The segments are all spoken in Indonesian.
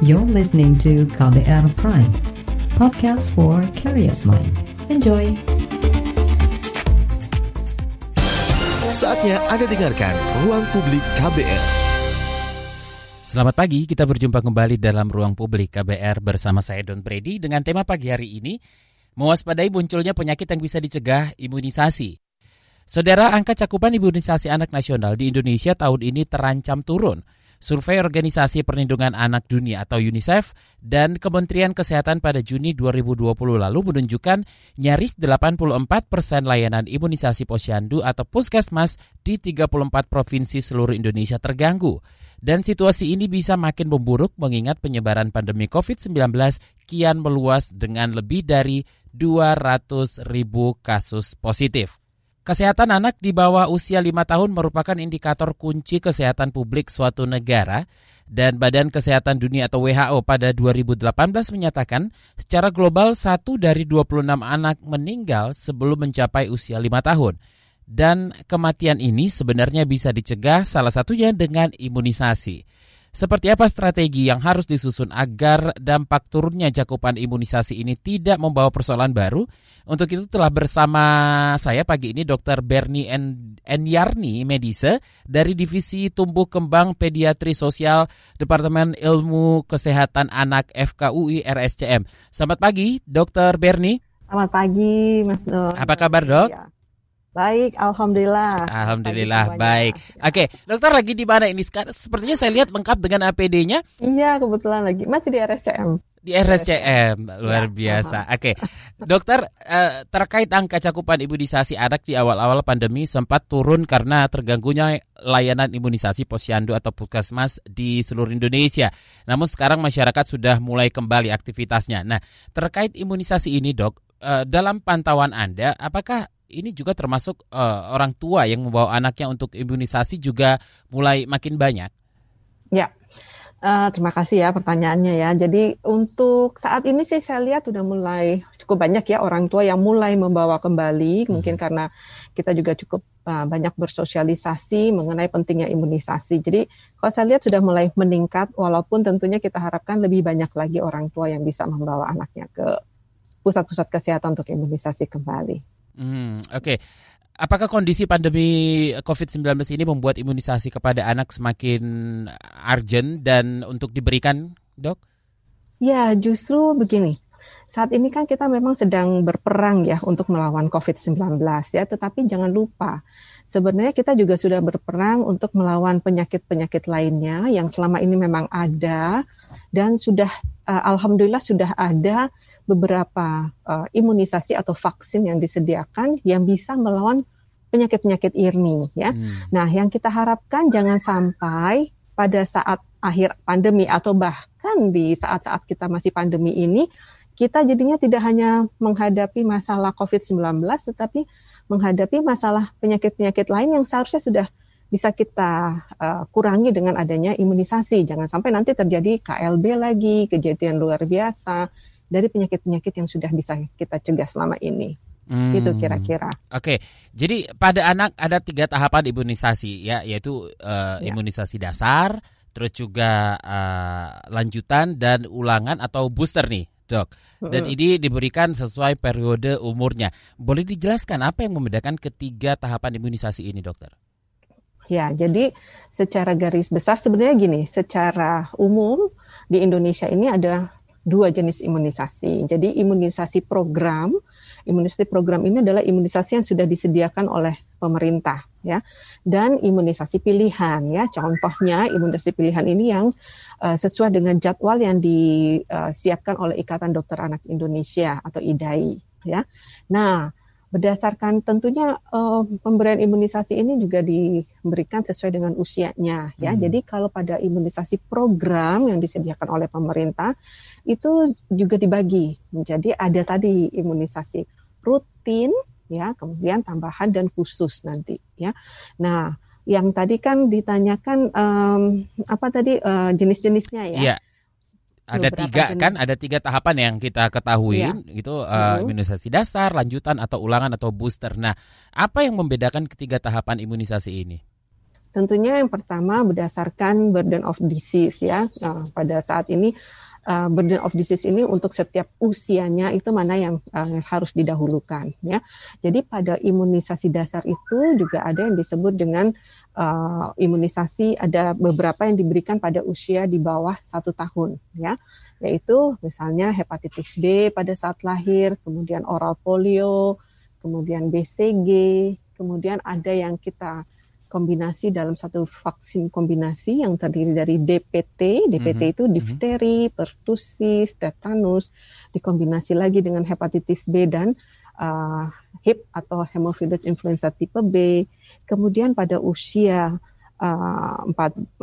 You're listening to KBR Prime, podcast for curious mind. Enjoy! Saatnya Anda dengarkan Ruang Publik KBR. Selamat pagi, kita berjumpa kembali dalam Ruang Publik KBR bersama saya Don Brady dengan tema pagi hari ini, mewaspadai munculnya penyakit yang bisa dicegah imunisasi. Saudara, angka cakupan imunisasi anak nasional di Indonesia tahun ini terancam turun. Survei Organisasi Perlindungan Anak Dunia atau UNICEF dan Kementerian Kesehatan pada Juni 2020 lalu menunjukkan nyaris 84% layanan imunisasi posyandu atau puskesmas di 34 provinsi seluruh Indonesia terganggu. Dan situasi ini bisa makin memburuk mengingat penyebaran pandemi COVID-19 kian meluas dengan lebih dari 200.000 kasus positif. Kesehatan anak di bawah usia 5 tahun merupakan indikator kunci kesehatan publik suatu negara dan Badan Kesehatan Dunia atau WHO pada 2018 menyatakan secara global 1 dari 26 anak meninggal sebelum mencapai usia 5 tahun. Dan kematian ini sebenarnya bisa dicegah salah satunya dengan imunisasi. Seperti apa strategi yang harus disusun agar dampak turunnya cakupan imunisasi ini tidak membawa persoalan baru? Untuk itu telah bersama saya pagi ini Dr. Bernie Enyarni Medise dari Divisi Tumbuh Kembang Pediatri Sosial Departemen Ilmu Kesehatan Anak FKUI RSCM. Selamat pagi Dr. Bernie. Selamat pagi Mas Don. Apa kabar dok? Ya. Baik, Alhamdulillah. Alhamdulillah, baik. Oke, dokter lagi di mana ini? Sepertinya saya lihat lengkap dengan APD-nya. Iya, kebetulan lagi. Masih di RSCM. Di RSCM, luar biasa. Oke, dokter, terkait angka cakupan imunisasi anak di awal-awal pandemi sempat turun karena terganggunya layanan imunisasi posyandu atau puskesmas di seluruh Indonesia. Namun sekarang masyarakat sudah mulai kembali aktivitasnya. Nah, terkait imunisasi ini dok, dalam pantauan Anda, apakah ini juga termasuk orang tua yang membawa anaknya untuk imunisasi juga mulai makin banyak? Ya, terima kasih ya pertanyaannya ya. Jadi untuk saat ini sih saya lihat sudah mulai cukup banyak ya orang tua yang mulai membawa kembali. Mungkin karena kita juga cukup banyak bersosialisasi mengenai pentingnya imunisasi. Jadi kalau saya lihat sudah mulai meningkat walaupun tentunya kita harapkan lebih banyak lagi orang tua yang bisa membawa anaknya ke pusat-pusat kesehatan untuk imunisasi kembali. Oke. Apakah kondisi pandemi COVID-19 ini membuat imunisasi kepada anak semakin urgent dan untuk diberikan, dok? Ya, justru begini. Saat ini kan kita memang sedang berperang ya untuk melawan COVID-19 ya, tetapi jangan lupa sebenarnya kita juga sudah berperang untuk melawan penyakit-penyakit lainnya yang selama ini memang ada dan sudah alhamdulillah sudah ada beberapa imunisasi atau vaksin yang disediakan yang bisa melawan penyakit-penyakit ini ya. Nah, yang kita harapkan jangan sampai pada saat akhir pandemi atau bahkan di saat-saat kita masih pandemi ini kita jadinya tidak hanya menghadapi masalah COVID-19 tetapi menghadapi masalah penyakit-penyakit lain yang seharusnya sudah bisa kita kurangi dengan adanya imunisasi. Jangan sampai nanti terjadi KLB lagi, kejadian luar biasa dari penyakit-penyakit yang sudah bisa kita cegah selama ini. Itu kira-kira. Oke, jadi pada anak ada 3 tahapan imunisasi ya, yaitu imunisasi dasar, terus juga lanjutan dan ulangan atau booster nih, dok. Dan ini diberikan sesuai periode umurnya. Boleh dijelaskan apa yang membedakan ketiga tahapan imunisasi ini, dokter? Ya, jadi secara garis besar sebenarnya gini, secara umum di Indonesia ini ada 2 jenis imunisasi. Jadi imunisasi program ini adalah imunisasi yang sudah disediakan oleh pemerintah ya. Dan imunisasi pilihan ya. Contohnya imunisasi pilihan ini yang sesuai dengan jadwal yang disiapkan oleh Ikatan Dokter Anak Indonesia atau IDAI ya. Nah, berdasarkan tentunya pemberian imunisasi ini juga diberikan sesuai dengan usianya ya. Jadi kalau pada imunisasi program yang disediakan oleh pemerintah itu juga dibagi menjadi ada tadi imunisasi rutin ya, kemudian tambahan dan khusus nanti ya. Nah, yang tadi kan ditanyakan jenis-jenisnya ya. Iya. Ada ada 3 tahapan yang kita ketahui itu imunisasi dasar, lanjutan atau ulangan atau booster. Nah, apa yang membedakan ketiga tahapan imunisasi ini? Tentunya yang pertama berdasarkan burden of disease ya. Nah, pada saat ini burden of disease ini untuk setiap usianya itu mana yang harus didahulukan ya. Jadi pada imunisasi dasar itu juga ada yang disebut dengan imunisasi, ada beberapa yang diberikan pada usia di bawah 1 tahun ya. Yaitu misalnya hepatitis B pada saat lahir, kemudian oral polio, kemudian BCG, kemudian ada yang kita kombinasi dalam satu vaksin kombinasi yang terdiri dari DPT. DPT itu difteri, pertusis, tetanus, dikombinasi lagi dengan hepatitis B dan HIP atau Haemophilus influenza tipe B. Kemudian pada usia 5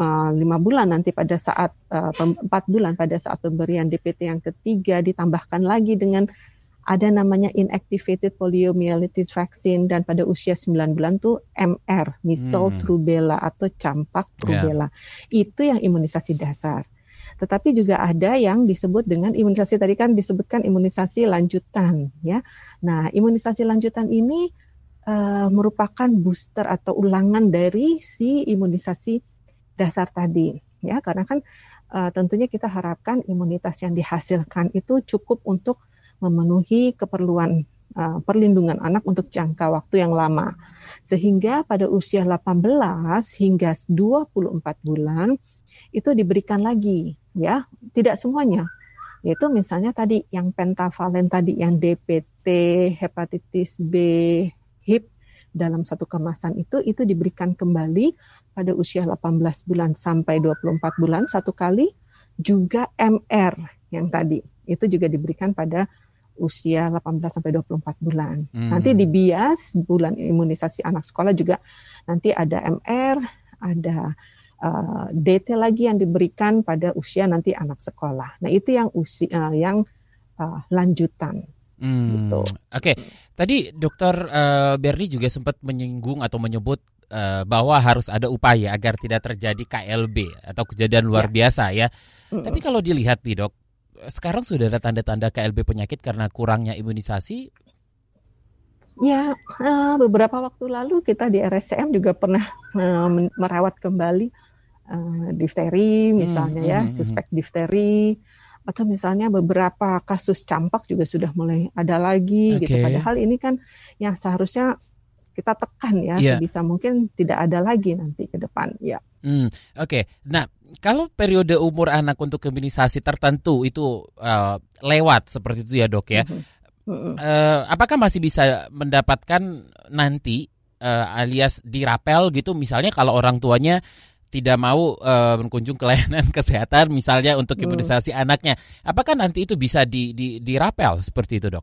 bulan nanti pada saat 4 bulan pada saat pemberian DPT yang ketiga ditambahkan lagi dengan ada namanya inactivated poliomyelitis vaccine, dan pada usia 9 bulan tuh MR, measles rubella atau campak rubella. Itu yang imunisasi dasar. Tetapi juga ada yang disebut dengan imunisasi, tadi kan disebutkan imunisasi lanjutan ya. Nah, imunisasi lanjutan ini merupakan booster atau ulangan dari si imunisasi dasar tadi ya, karena kan tentunya kita harapkan imunitas yang dihasilkan itu cukup untuk memenuhi keperluan perlindungan anak untuk jangka waktu yang lama. Sehingga pada usia 18 hingga 24 bulan itu diberikan lagi ya, tidak semuanya. Yaitu misalnya tadi yang pentavalen tadi, yang DPT, hepatitis B, HIP dalam satu kemasan itu diberikan kembali pada usia 18 bulan sampai 24 bulan satu kali. Juga MR yang tadi itu juga diberikan pada usia 18 sampai 24 bulan. Nanti di bias bulan imunisasi anak sekolah juga nanti ada MR, ada DT lagi yang diberikan pada usia nanti anak sekolah. Nah, itu yang usia yang lanjutan. Gitu. Oke. Tadi Dokter Berni juga sempat menyinggung atau menyebut bahwa harus ada upaya agar tidak terjadi KLB atau kejadian luar biasa ya. Tapi kalau dilihat nih Dok, sekarang sudah ada tanda-tanda KLB penyakit karena kurangnya imunisasi? Ya, beberapa waktu lalu kita di RSCM juga pernah merawat kembali difteri misalnya ya, suspek difteri, atau misalnya beberapa kasus campak juga sudah mulai ada lagi gitu. Padahal ini kan yang seharusnya kita tekan ya, sebisa mungkin tidak ada lagi nanti ke depan ya. Oke. Nah, kalau periode umur anak untuk imunisasi tertentu itu lewat seperti itu ya Dok ya, apakah masih bisa mendapatkan nanti alias dirapel gitu, misalnya kalau orang tuanya tidak mau berkunjung ke layanan kesehatan misalnya untuk imunisasi anaknya, apakah nanti itu bisa dirapel seperti itu Dok?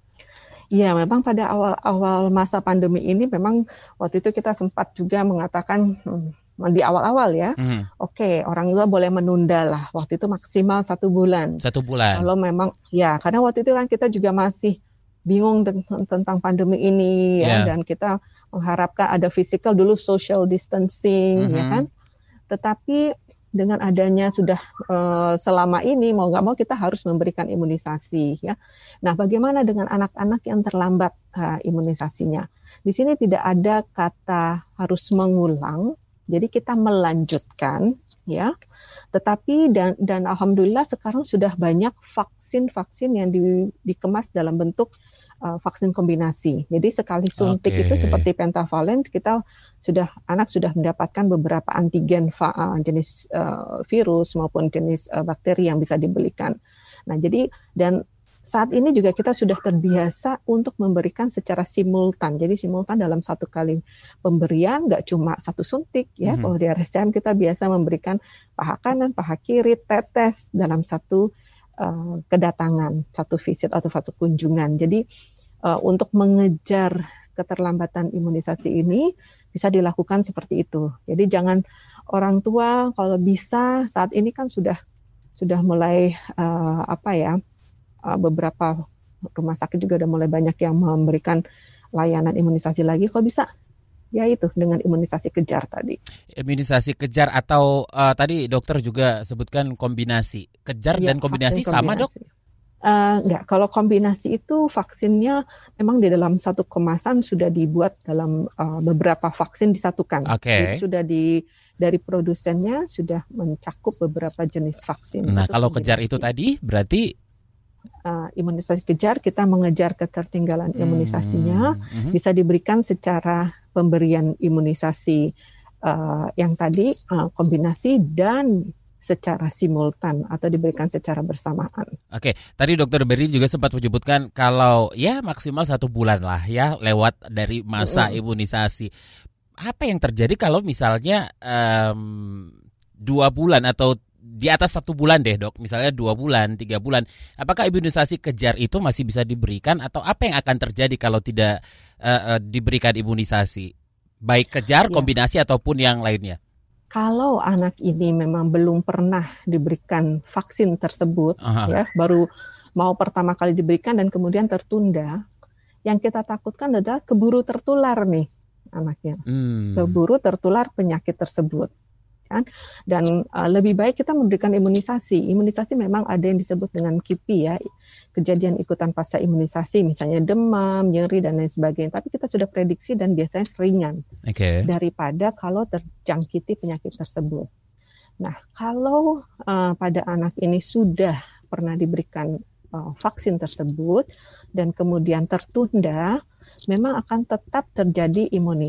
Ya, memang pada awal masa pandemi ini memang waktu itu kita sempat juga mengatakan di awal-awal ya, oke, orang tua boleh menunda lah. Waktu itu maksimal 1 bulan. 1 bulan. Kalau memang, ya, karena waktu itu kan kita juga masih bingung tentang pandemi ini ya, dan kita mengharapkan ada physical dulu, social distancing, ya kan. Tetapi dengan adanya sudah selama ini mau nggak mau kita harus memberikan imunisasi ya. Nah, bagaimana dengan anak-anak yang terlambat imunisasinya? Di sini tidak ada kata harus mengulang. Jadi kita melanjutkan ya, tetapi dan alhamdulillah sekarang sudah banyak vaksin yang dikemas dalam bentuk vaksin kombinasi. Jadi sekali suntik itu seperti pentavalen, anak sudah mendapatkan beberapa antigen jenis virus maupun jenis bakteri yang bisa dibelikan. Nah, jadi dan saat ini juga kita sudah terbiasa untuk memberikan secara simultan. Jadi simultan dalam satu kali pemberian, nggak cuma satu suntik ya. Kalau di RSCM kita biasa memberikan paha kanan, paha kiri, tetes dalam satu kedatangan, satu visit atau satu kunjungan. Jadi untuk mengejar keterlambatan imunisasi ini bisa dilakukan seperti itu. Jadi jangan orang tua kalau bisa saat ini kan sudah mulai beberapa rumah sakit juga udah mulai banyak yang memberikan layanan imunisasi lagi. Kalau bisa, ya itu dengan imunisasi kejar tadi. Imunisasi kejar atau tadi dokter juga sebutkan kombinasi. Kejar dan kombinasi sama, Dok? Enggak, kalau kombinasi itu vaksinnya memang di dalam satu kemasan sudah dibuat dalam beberapa vaksin disatukan. Jadi sudah dari produsennya sudah mencakup beberapa jenis vaksin. Nah, kalau kejar itu tadi berarti imunisasi kejar, kita mengejar ketertinggalan imunisasinya, bisa diberikan secara pemberian imunisasi yang tadi kombinasi dan secara simultan atau diberikan secara bersamaan. Oke, tadi Dokter Berry juga sempat menyebutkan kalau ya maksimal 1 bulan lah ya lewat dari masa imunisasi. Apa yang terjadi kalau misalnya 2 bulan atau di atas 1 bulan deh dok, misalnya 2 bulan, 3 bulan, apakah imunisasi kejar itu masih bisa diberikan atau apa yang akan terjadi kalau tidak diberikan imunisasi? Baik kejar, kombinasi ataupun yang lainnya? Kalau anak ini memang belum pernah diberikan vaksin tersebut, ya baru mau pertama kali diberikan dan kemudian tertunda, yang kita takutkan adalah keburu tertular nih anaknya, keburu tertular penyakit tersebut. Kan? Dan lebih baik kita memberikan imunisasi. Imunisasi memang ada yang disebut dengan KIPI ya, kejadian ikutan pasca imunisasi, misalnya demam, nyeri dan lain sebagainya. Tapi kita sudah prediksi dan biasanya ringan daripada kalau terjangkiti penyakit tersebut. Nah, kalau pada anak ini sudah pernah diberikan vaksin tersebut dan kemudian tertunda, memang akan tetap terjadi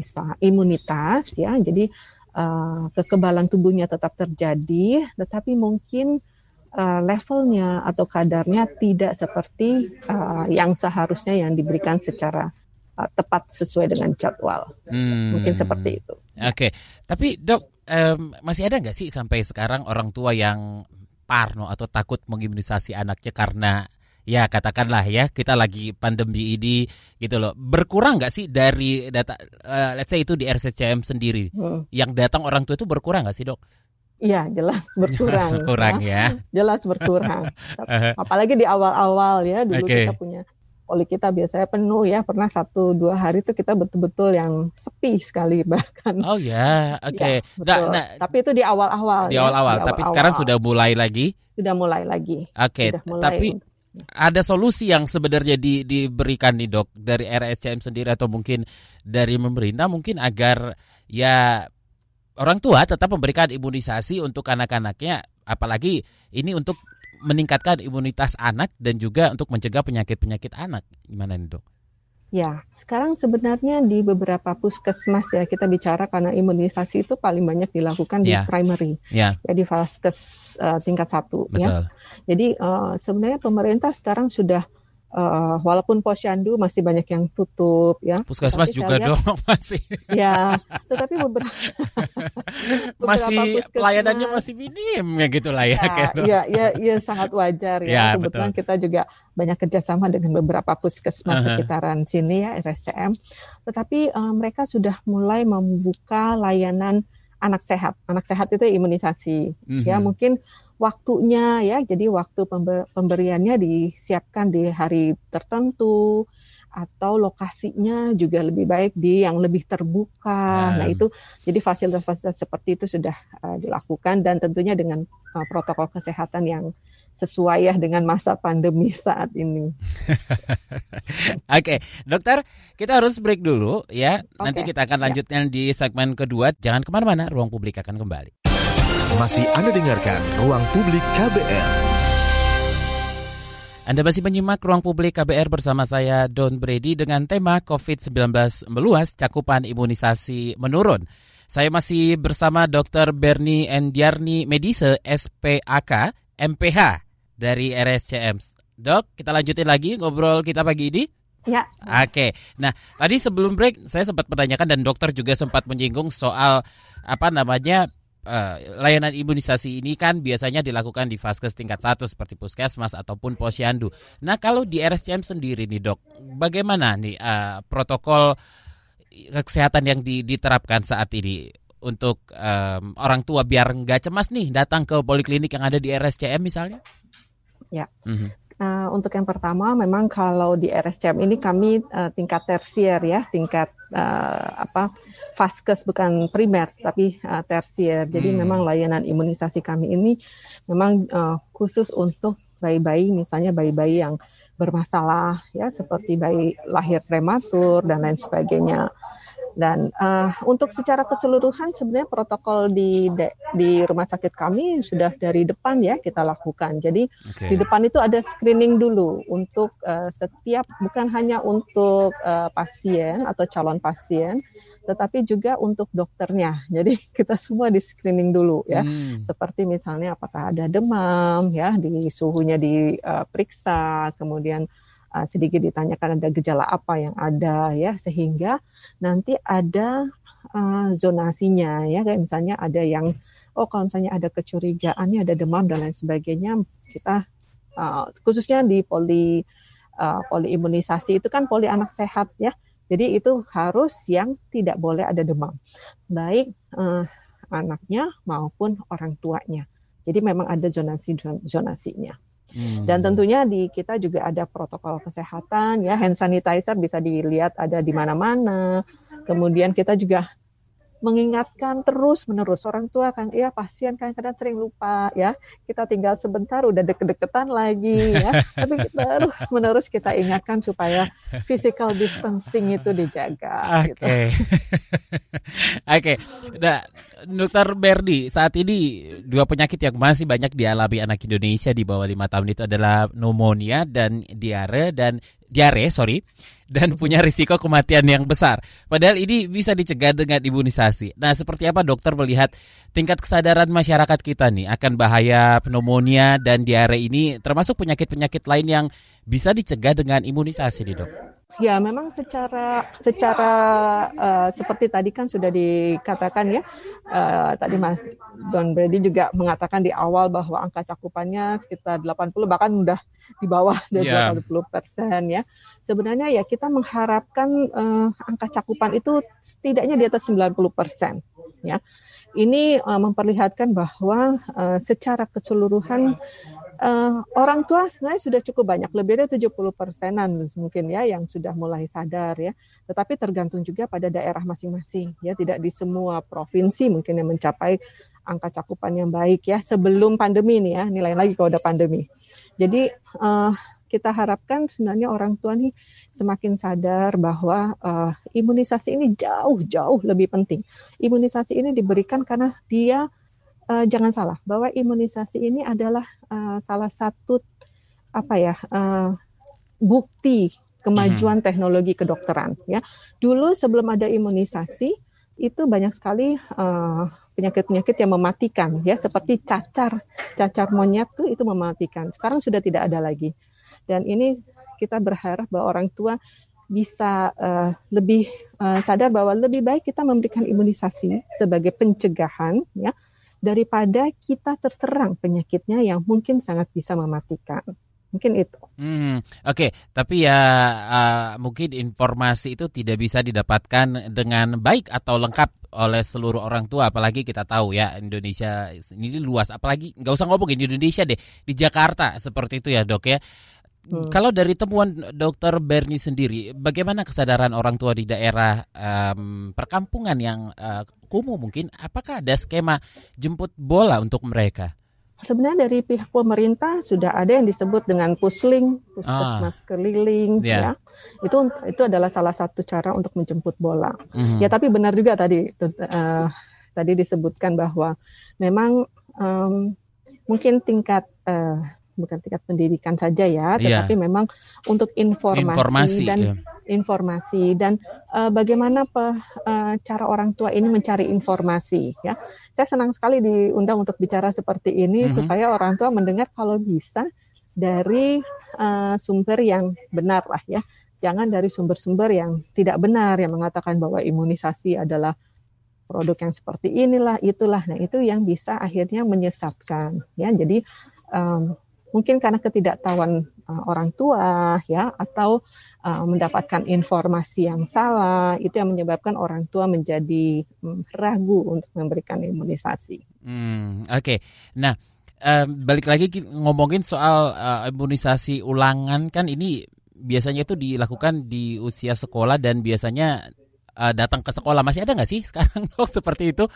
imunitas ya. Jadi kekebalan tubuhnya tetap terjadi, tetapi mungkin levelnya atau kadarnya tidak seperti yang seharusnya yang diberikan secara tepat sesuai dengan jadwal. Mungkin seperti itu. Oke, tapi dok, masih ada nggak sih sampai sekarang orang tua yang parno atau takut mengimunisasi anaknya karena ya katakanlah ya kita lagi pandemi ini gitu loh. Berkurang nggak sih dari data let's say itu di RSCM sendiri yang datang orang tua itu berkurang nggak sih dok? Iya jelas berkurang. Jelas berkurang ya. Jelas berkurang. Apalagi di awal-awal ya dulu kita punya poli kita biasanya penuh ya, pernah 1-2 hari itu kita betul-betul yang sepi sekali bahkan. Oh ya, oke. Nah, tapi itu di awal-awal. Di awal-awal. Tapi sekarang sudah mulai lagi. Sudah mulai lagi. Oke. Tapi ada solusi yang sebenarnya diberikan nih dok dari RSCM sendiri atau mungkin dari pemerintah mungkin agar ya orang tua tetap memberikan imunisasi untuk anak-anaknya, apalagi ini untuk meningkatkan imunitas anak dan juga untuk mencegah penyakit-penyakit anak. Gimana nih dok? Ya, sekarang sebenarnya di beberapa puskesmas ya kita bicara karena imunisasi itu paling banyak dilakukan di primary, ya di vaskes tingkat 1. Ya. Jadi sebenarnya pemerintah sekarang sudah walaupun posyandu masih banyak yang tutup ya. Puskesmas juga dong masih. Ya, tetapi beberapa masih pelayanannya masih minim ya gitulah ya. Ya sangat wajar ya. Kebetulan betul. Kita juga banyak kerjasama dengan beberapa puskesmas sekitaran sini ya RSCM. Tetapi mereka sudah mulai membuka layanan anak sehat. Anak sehat itu imunisasi. Ya mungkin waktunya ya, jadi waktu pemberiannya disiapkan di hari tertentu atau lokasinya juga lebih baik di yang lebih terbuka. Nah itu jadi fasilitas-fasilitas seperti itu sudah dilakukan dan tentunya dengan protokol kesehatan yang sesuai ya dengan masa pandemi saat ini. Oke, dokter, kita harus break dulu ya. Nanti kita akan lanjutkan di segmen kedua. Jangan kemana-mana, Ruang Publik akan kembali. Masih Anda dengarkan Ruang Publik KBR. Anda masih menyimak Ruang Publik KBR bersama saya Don Brady dengan tema COVID-19 meluas, cakupan imunisasi menurun. Saya masih bersama Dr. Bernie Endiarni Medise, SPAK, MPH dari RSCM. Dok, kita lanjutin lagi ngobrol kita pagi ini. Ya. Oke. Nah, tadi sebelum break saya sempat menanyakan dan dokter juga sempat menyinggung soal layanan imunisasi ini kan biasanya dilakukan di vaskes tingkat 1 seperti puskesmas ataupun posyandu. Nah, kalau di RSCM sendiri nih dok, bagaimana nih protokol kesehatan yang diterapkan saat ini untuk orang tua biar nggak cemas nih datang ke poliklinik yang ada di RSCM misalnya? Ya, untuk yang pertama memang kalau di RSCM ini kami tingkat tersier ya, tingkat vaskes bukan primer tapi tersier. Jadi memang layanan imunisasi kami ini memang khusus untuk bayi-bayi, misalnya bayi-bayi yang bermasalah ya, seperti bayi lahir prematur dan lain sebagainya. Dan untuk secara keseluruhan sebenarnya protokol di rumah sakit kami sudah dari depan ya kita lakukan. Jadi di depan itu ada screening dulu untuk setiap, bukan hanya untuk pasien atau calon pasien, tetapi juga untuk dokternya. Jadi kita semua di screening dulu ya. Seperti misalnya apakah ada demam ya, di suhunya diperiksa, kemudian sedikit ditanyakan ada gejala apa yang ada ya, sehingga nanti ada zonasinya ya, kayak misalnya ada yang kalau misalnya ada kecurigaannya ada demam dan lain sebagainya, kita khususnya di poli imunisasi itu kan poli anak sehat ya, jadi itu harus yang tidak boleh ada demam, baik anaknya maupun orang tuanya. Jadi memang ada zonasinya. Dan tentunya di kita juga ada protokol kesehatan ya, hand sanitizer bisa dilihat ada di mana-mana. Kemudian kita juga mengingatkan terus-menerus orang tua kan, ya pasien kan kadang sering lupa ya, kita tinggal sebentar udah deket-deketan lagi ya, tapi terus-menerus kita ingatkan supaya physical distancing itu dijaga. Oke. Oke. Nah, Dr. Berdi, saat ini 2 penyakit yang masih banyak dialami anak Indonesia di bawah 5 tahun itu adalah pneumonia dan diare dan punya risiko kematian yang besar. Padahal ini bisa dicegah dengan imunisasi. Nah, seperti apa dokter melihat tingkat kesadaran masyarakat kita nih akan bahaya pneumonia dan diare ini, termasuk penyakit-penyakit lain yang bisa dicegah dengan imunisasi nih, Dok? Ya, memang secara seperti tadi kan sudah dikatakan ya, tadi Mas Don Brady juga mengatakan di awal bahwa angka cakupannya sekitar 80, bahkan udah di bawah dari 80% ya. Sebenarnya ya kita mengharapkan angka cakupan itu setidaknya di atas 90% ya. Ini memperlihatkan bahwa secara keseluruhan orang tua sebenarnya sudah cukup banyak, lebih dari 70%-an mungkin ya yang sudah mulai sadar ya. Tetapi tergantung juga pada daerah masing-masing ya, tidak di semua provinsi mungkin yang mencapai angka cakupan yang baik ya sebelum pandemi nih ya, nilai lagi kalau udah pandemi. Jadi kita harapkan sebenarnya orang tua nih semakin sadar bahwa imunisasi ini jauh lebih penting. Imunisasi ini diberikan karena dia jangan salah bahwa imunisasi ini adalah salah satu bukti kemajuan teknologi kedokteran ya. Dulu sebelum ada imunisasi itu banyak sekali penyakit-penyakit yang mematikan ya, seperti cacar monyet itu mematikan. Sekarang sudah tidak ada lagi. Dan ini kita berharap bahwa orang tua bisa lebih sadar bahwa lebih baik kita memberikan imunisasi sebagai pencegahan ya, daripada kita terserang penyakitnya yang mungkin sangat bisa mematikan. Mungkin itu. Oke. Tapi ya mungkin informasi itu tidak bisa didapatkan dengan baik atau lengkap oleh seluruh orang tua. Apalagi kita tahu ya Indonesia ini luas. Apalagi nggak usah ngomongin di Indonesia deh, di Jakarta seperti itu ya dok ya. Kalau dari temuan Dr. Berni sendiri, bagaimana kesadaran orang tua di daerah perkampungan yang kumuh mungkin? Apakah ada skema jemput bola untuk mereka? Sebenarnya dari pihak pemerintah sudah ada yang disebut dengan pusling, puskesmas keliling, ya. Itu adalah salah satu cara untuk menjemput bola. Ya, tapi benar juga tadi disebutkan bahwa memang mungkin bukan tingkat pendidikan saja ya, tetapi memang untuk informasi dan bagaimana cara orang tua ini mencari informasi ya. Saya senang sekali diundang untuk bicara seperti ini supaya orang tua mendengar kalau bisa dari sumber yang benar lah ya. Jangan dari sumber-sumber yang tidak benar yang mengatakan bahwa imunisasi adalah produk yang seperti inilah, itulah. Nah, itu yang bisa akhirnya menyesatkan ya. Jadi mungkin karena ketidaktahuan orang tua ya, atau mendapatkan informasi yang salah, itu yang menyebabkan orang tua menjadi ragu untuk memberikan imunisasi. Oke. Nah, balik lagi ngomongin soal imunisasi ulangan, kan ini biasanya itu dilakukan di usia sekolah dan biasanya datang ke sekolah. Masih ada nggak sih sekarang dok seperti itu?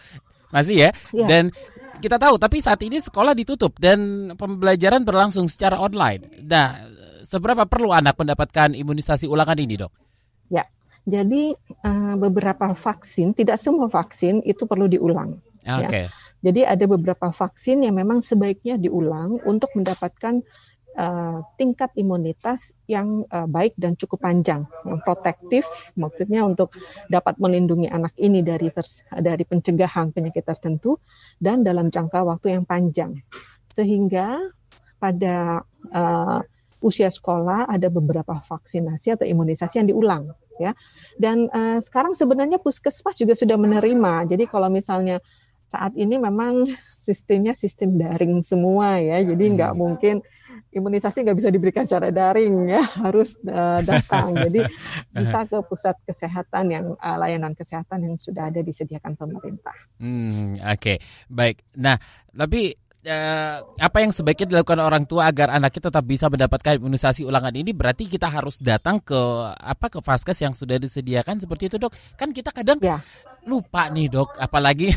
Masih ya? Iya. Dan kita tahu, tapi saat ini sekolah ditutup dan pembelajaran berlangsung secara online. Nah, seberapa perlu anak mendapatkan imunisasi ulangan ini, Dok? Ya, jadi beberapa vaksin, tidak semua vaksin itu perlu diulang. Oke. Ya. Jadi ada beberapa vaksin yang memang sebaiknya diulang untuk mendapatkan tingkat imunitas yang baik dan cukup panjang, yang protektif, maksudnya untuk dapat melindungi anak ini dari pencegahan penyakit tertentu dan dalam jangka waktu yang panjang. Sehingga pada usia sekolah ada beberapa vaksinasi atau imunisasi yang diulang, ya. Dan sekarang sebenarnya puskesmas juga sudah menerima. Jadi kalau misalnya saat ini memang sistemnya sistem daring semua, ya, jadi nggak mungkin imunisasi nggak bisa diberikan secara daring, ya, harus datang. Jadi bisa ke pusat kesehatan yang layanan kesehatan yang sudah ada disediakan pemerintah. Oke, baik. Nah, tapi apa yang sebaiknya dilakukan orang tua agar anaknya tetap bisa mendapatkan imunisasi ulangan ini? Berarti kita harus datang ke vaskes yang sudah disediakan seperti itu, Dok. Kan kita kadang lupa nih, Dok, apalagi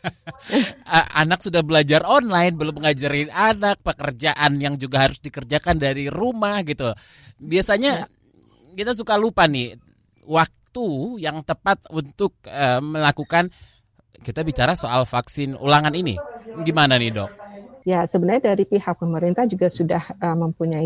anak sudah belajar online, belum ngajarin anak pekerjaan yang juga harus dikerjakan dari rumah gitu. Biasanya kita suka lupa nih waktu yang tepat untuk melakukan, kita bicara soal vaksin ulangan ini. Gimana nih, Dok? Ya, sebenarnya dari pihak pemerintah juga sudah mempunyai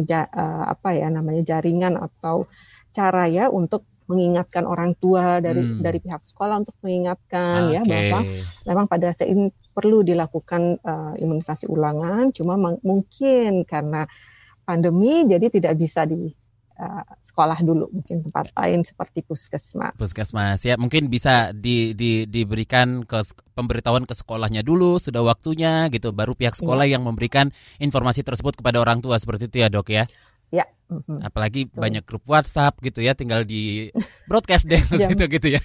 jaringan atau cara, ya, untuk mengingatkan orang tua dari pihak sekolah untuk mengingatkan, ya, bahwa memang pada saat ini perlu dilakukan imunisasi ulangan. Cuma mungkin karena pandemi jadi tidak bisa di sekolah dulu, mungkin tempat lain seperti puskesmas. Puskesmas, ya, mungkin bisa diberikan ke pemberitahuan ke sekolahnya dulu, sudah waktunya gitu, baru pihak sekolah yang memberikan informasi tersebut kepada orang tua, seperti itu ya, Dok, ya? Ya. Apalagi banyak grup WhatsApp gitu ya, tinggal di broadcast deh gitu ya.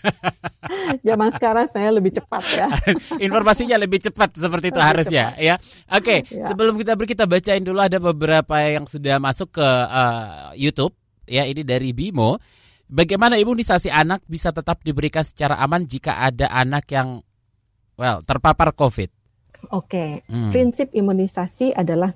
Zaman sekarang saya lebih cepat, ya. Informasinya lebih cepat seperti itu harusnya, ya. Oke, sebelum kita bacain dulu ada beberapa yang sudah masuk ke YouTube, ya, ini dari Bimo. Bagaimana imunisasi anak bisa tetap diberikan secara aman jika ada anak yang terpapar COVID? Oke, prinsip imunisasi adalah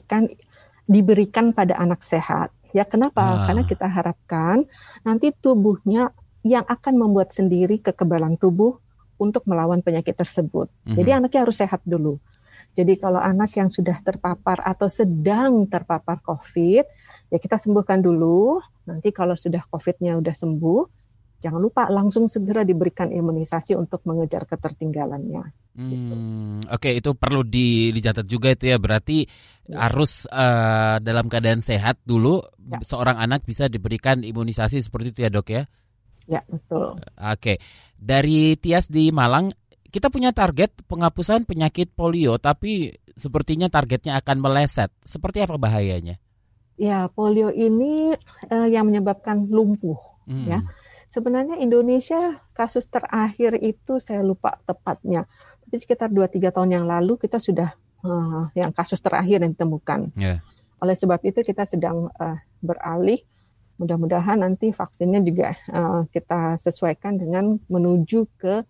diberikan pada anak sehat. Ya, kenapa? Karena kita harapkan nanti tubuhnya yang akan membuat sendiri kekebalan tubuh untuk melawan penyakit tersebut. Jadi anaknya harus sehat dulu. Jadi kalau anak yang sudah terpapar atau sedang terpapar COVID, ya kita sembuhkan dulu. Nanti kalau sudah COVID-nya udah sembuh, jangan lupa langsung segera diberikan imunisasi untuk mengejar ketertinggalannya. Gitu. Oke, itu perlu dicatat juga itu ya. Berarti harus dalam keadaan sehat dulu, seorang anak bisa diberikan imunisasi seperti itu ya, Dok, ya? Ya, betul. Oke, dari Tias di Malang, kita punya target penghapusan penyakit polio, tapi sepertinya targetnya akan meleset. Seperti apa bahayanya? Ya, polio ini yang menyebabkan lumpuh, ya. Sebenarnya Indonesia kasus terakhir itu saya lupa tepatnya, tapi sekitar 2-3 tahun yang lalu kita sudah yang kasus terakhir yang ditemukan. Oleh sebab itu kita sedang beralih, mudah-mudahan nanti vaksinnya juga kita sesuaikan dengan menuju ke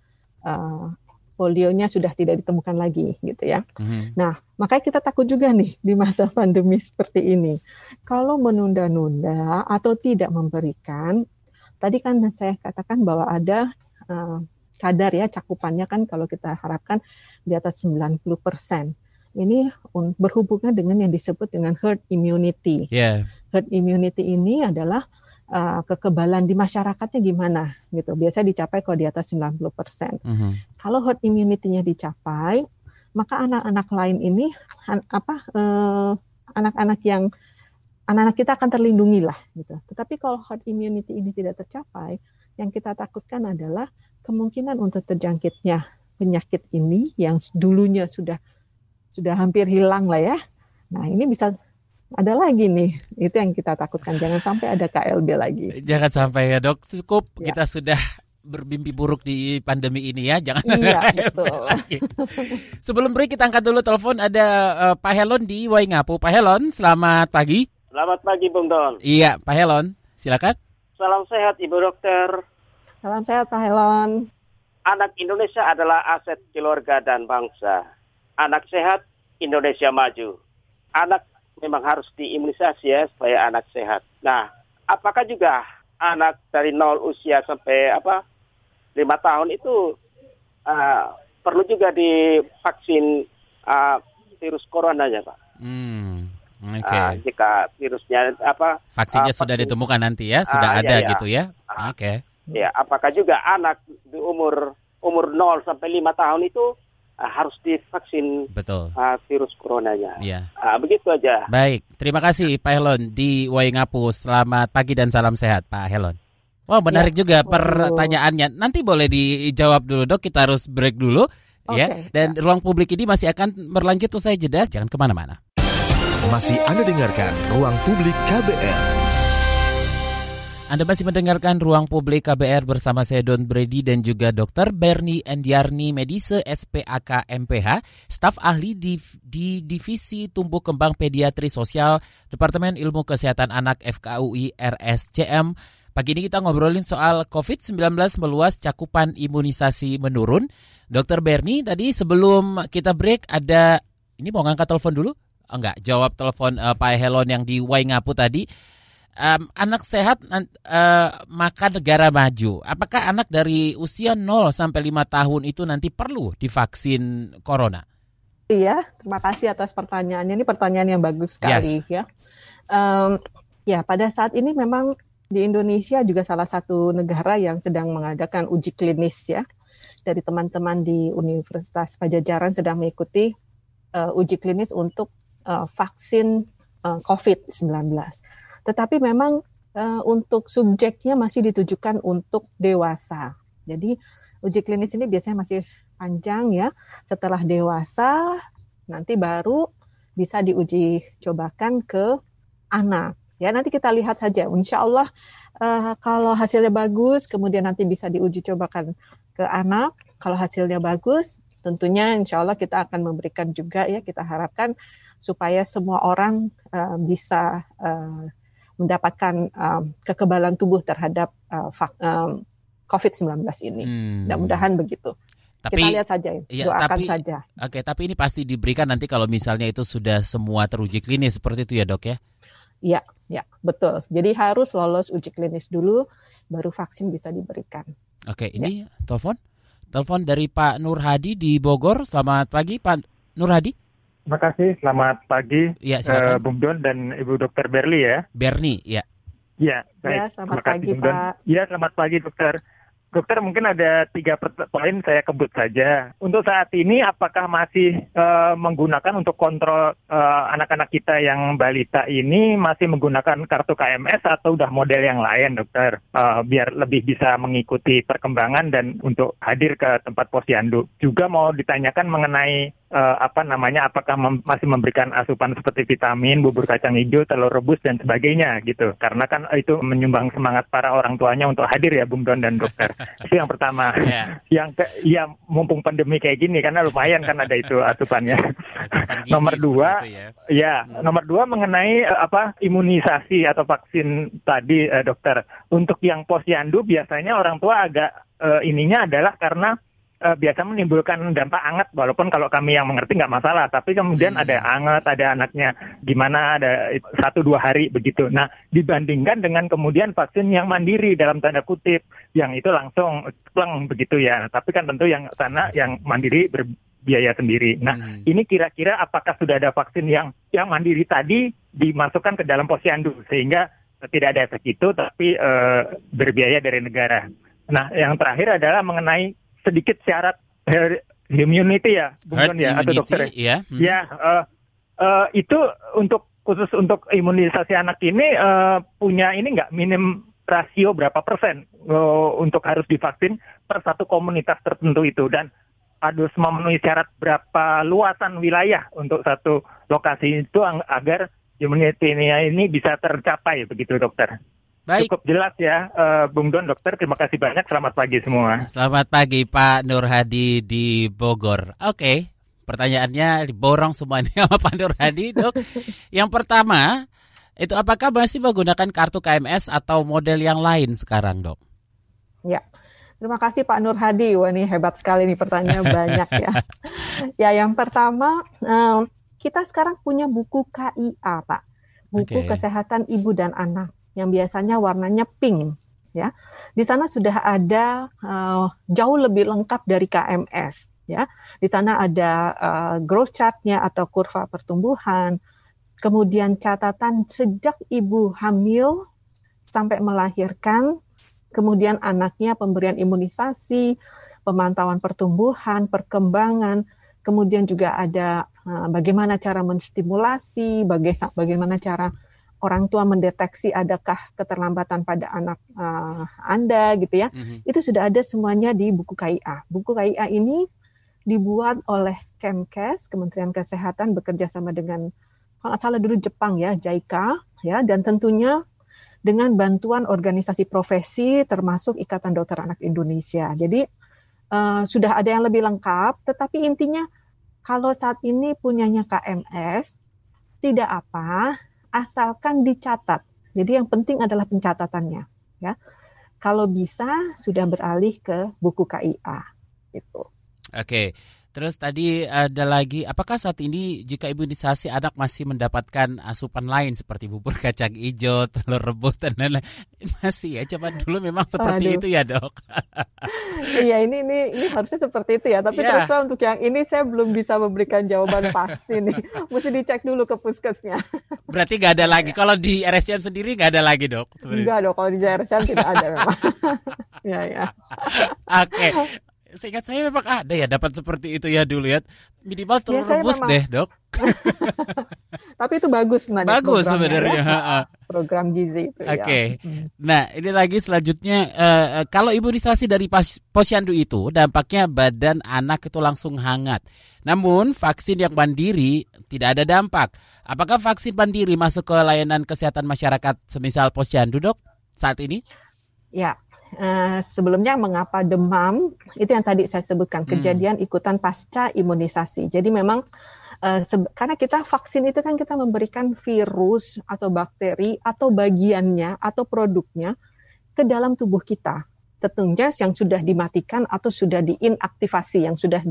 polionya sudah tidak ditemukan lagi, gitu ya. Nah, makanya kita takut juga nih di masa pandemi seperti ini. Kalau menunda-nunda atau tidak memberikan, tadi kan saya katakan bahwa ada kadar, ya, cakupannya kan kalau kita harapkan di atas 90%. Ini berhubungan dengan yang disebut dengan herd immunity. Herd immunity ini adalah kekebalan di masyarakatnya gimana gitu. Biasanya dicapai kalau di atas 90%. Kalau herd immunity-nya dicapai, maka anak-anak lain ini anak-anak kita akan terlindungi lah gitu. Tetapi kalau herd immunity ini tidak tercapai, yang kita takutkan adalah kemungkinan untuk terjangkitnya penyakit ini yang dulunya sudah hampir hilang lah, ya. Nah, ini bisa ada lagi nih. Itu yang kita takutkan, jangan sampai ada KLB lagi. Jangan sampai, ya, Dok. Cukup kita sudah bermimpi buruk di pandemi ini, ya. Jangan. Iya, betul. Sebelum break kita angkat dulu telepon, ada Pak Helon di Waingapu. Pak Helon, selamat pagi. Selamat pagi, Bung Don. Iya, Pak Helon, silakan. Salam sehat, Ibu Dokter. Salam sehat, Pak Helon. anak Indonesia adalah aset keluarga dan bangsa. Anak sehat, Indonesia maju. Anak memang harus diimunisasi ya supaya anak sehat. Nah, apakah juga anak dari 0 usia sampai 5 tahun itu perlu juga divaksin virus corona ya, Pak? Okay. Jika virusnya vaksinnya sudah ditemukan nanti ya, sudah ada gitu ya. Oke. Ya, apakah juga anak di umur 0 sampai 5 tahun itu harus divaksin virus coronanya? Iya. Begitu aja. Baik, terima kasih Pak Helon di Waingapu. Selamat pagi dan salam sehat Pak Helon. Wah, menarik juga pertanyaannya. Nanti boleh dijawab dulu Dok, kita harus break dulu. Ya. Dan ruang publik ini masih akan berlanjut usai jeda. Jangan kemana-mana. Masih Anda dengarkan Ruang Publik KBR. Anda masih mendengarkan Ruang Publik KBR bersama saya Don Brady dan juga Dr. Bernie Endiarni Medise SPAK MPH, staf ahli di Divisi Tumbuh Kembang Pediatri Sosial Departemen Ilmu Kesehatan Anak FKUI RSCM. Pagi ini kita ngobrolin soal COVID-19 meluas, cakupan imunisasi menurun. Dr. Bernie, tadi sebelum kita break ini mau ngangkat telepon dulu? Enggak, jawab telepon Pak Helon yang di Waingapu tadi. Anak sehat maka negara maju. Apakah anak dari usia 0 sampai 5 tahun itu nanti perlu divaksin corona? Iya, terima kasih atas pertanyaannya. Ini pertanyaan yang bagus sekali ya. Ya, pada saat ini memang di Indonesia juga salah satu negara yang sedang mengadakan uji klinis ya. Dari teman-teman di Universitas Padjadjaran sedang mengikuti uji klinis untuk vaksin COVID-19. Tetapi memang untuk subjeknya masih ditujukan untuk dewasa. Jadi uji klinis ini biasanya masih panjang ya. Setelah dewasa nanti baru bisa diuji cobakan ke anak. Ya, nanti kita lihat saja. Insya Allah kalau hasilnya bagus, kemudian nanti bisa diuji cobakan ke anak. Kalau hasilnya bagus, tentunya insya Allah kita akan memberikan juga ya, kita harapkan supaya semua orang bisa mendapatkan kekebalan tubuh terhadap COVID-19 ini. Mudah-mudahan begitu. Kita lihat saja, doakan saja. Oke, tapi ini pasti diberikan nanti kalau misalnya itu sudah semua teruji klinis, seperti itu ya Dok ya? Ya, betul. Jadi harus lolos uji klinis dulu, baru vaksin bisa diberikan. Oke, ini telepon dari Pak Nur Hadi di Bogor. Selamat pagi Pak Nur Hadi. Terima kasih, selamat pagi Bung Don dan Ibu Dr. Berli ya. Berni, ya. Ya, baik. Ya, selamat pagi Pak. Ya, selamat pagi Dokter. Dokter, mungkin ada 3 poin saya kebut saja. Untuk saat ini, apakah masih menggunakan untuk kontrol anak-anak kita yang balita ini masih menggunakan kartu KMS atau udah model yang lain, Dokter? Biar lebih bisa mengikuti perkembangan dan untuk hadir ke tempat posyandu. Juga mau ditanyakan mengenai apakah masih memberikan asupan seperti vitamin, bubur kacang hijau, telur rebus dan sebagainya gitu. Karena kan itu menyumbang semangat para orang tuanya untuk hadir ya Bung Don dan Dokter. Itu yang pertama. Yang mumpung pandemi kayak gini karena lumayan kan ada itu asupannya. Nomor 2, nomor 2 mengenai imunisasi atau vaksin tadi Dokter. Untuk yang posyandu biasanya orang tua agak ininya adalah karena biasa menimbulkan dampak anget, walaupun kalau kami yang mengerti nggak masalah, tapi kemudian ada anget, ada anaknya gimana, ada 1-2 hari begitu. Nah, dibandingkan dengan kemudian vaksin yang mandiri dalam tanda kutip, yang itu langsung pleng begitu ya. Tapi kan tentu yang sana yang mandiri berbiaya sendiri. Nah, ini kira-kira apakah sudah ada vaksin yang mandiri tadi dimasukkan ke dalam posyandu sehingga tidak ada efek itu, tapi berbiaya dari negara. Nah, yang terakhir adalah mengenai sedikit syarat immunity ya, Bung ya, atau dokter ya. Itu khusus untuk imunisasi anak ini punya ini nggak minim rasio berapa persen untuk harus divaksin per satu komunitas tertentu itu, dan harus memenuhi syarat berapa luasan wilayah untuk satu lokasi itu agar immunity ini bisa tercapai begitu Dokter. Baik. Cukup jelas ya, Bung Don, Dokter. Terima kasih banyak. Selamat pagi semua. Selamat pagi, Pak Nur Hadi di Bogor. Oke, pertanyaannya diborong semua ini sama Pak Nur Hadi, Dok. Yang pertama, itu apakah masih menggunakan kartu KMS atau model yang lain sekarang, Dok? Ya, Terima kasih Pak Nur Hadi. Wah, ini hebat sekali nih, pertanyaan banyak ya. Ya, yang pertama, kita sekarang punya buku KIA, Pak. Buku Kesehatan Ibu dan Anak, yang biasanya warnanya pink. Ya, di sana sudah ada jauh lebih lengkap dari KMS. Ya, di sana ada growth chart-nya atau kurva pertumbuhan, kemudian catatan sejak ibu hamil sampai melahirkan, kemudian anaknya, pemberian imunisasi, pemantauan pertumbuhan, perkembangan, kemudian juga ada bagaimana cara menstimulasi, bagaimana cara orang tua mendeteksi adakah keterlambatan pada anak Anda gitu ya. Itu sudah ada semuanya di buku KIA. Buku KIA ini dibuat oleh Kemkes, Kementerian Kesehatan, bekerja sama dengan, kalau nggak salah dulu Jepang ya, JICA, ya, dan tentunya dengan bantuan organisasi profesi termasuk Ikatan Dokter Anak Indonesia. Jadi sudah ada yang lebih lengkap, tetapi intinya kalau saat ini punyanya KMS, tidak apa, asalkan dicatat. Jadi yang penting adalah pencatatannya. Ya. Kalau bisa sudah beralih ke buku KIA. Gitu. Oke. Terus tadi ada lagi, apakah saat ini jika imunisasi anak masih mendapatkan asupan lain seperti bubur kacang hijau, telur rebus dan lain-lain? Masih ya, coba dulu memang seperti itu ya, Dok. Iya, ini harusnya seperti itu ya. Tapi terus terang untuk yang ini saya belum bisa memberikan jawaban pasti nih. Mesti dicek dulu ke puskesnya. Berarti nggak ada lagi. Kalau di RSCM sendiri nggak ada lagi, Dok? Enggak, Dok. Kalau di RSCM tidak ada memang. Ya. Oke. Seingat saya memang ada ya dapat seperti itu ya dulu ya. Minimal telur rebus deh, Dok. Tapi itu bagus bagus sebenarnya ya. Program gizi itu. Oke. Nah, ini lagi selanjutnya kalau imunisasi dari posyandu itu dampaknya badan anak itu langsung hangat. Namun vaksin yang mandiri tidak ada dampak. Apakah vaksin mandiri masuk ke layanan kesehatan masyarakat semisal posyandu, Dok, saat ini? Ya. Sebelumnya mengapa demam, itu yang tadi saya sebutkan, kejadian ikutan pasca imunisasi. Jadi memang karena kita vaksin itu kan kita memberikan virus atau bakteri atau bagiannya atau produknya ke dalam tubuh kita. Tentunya yang sudah dimatikan atau sudah diinaktivasi, yang sudah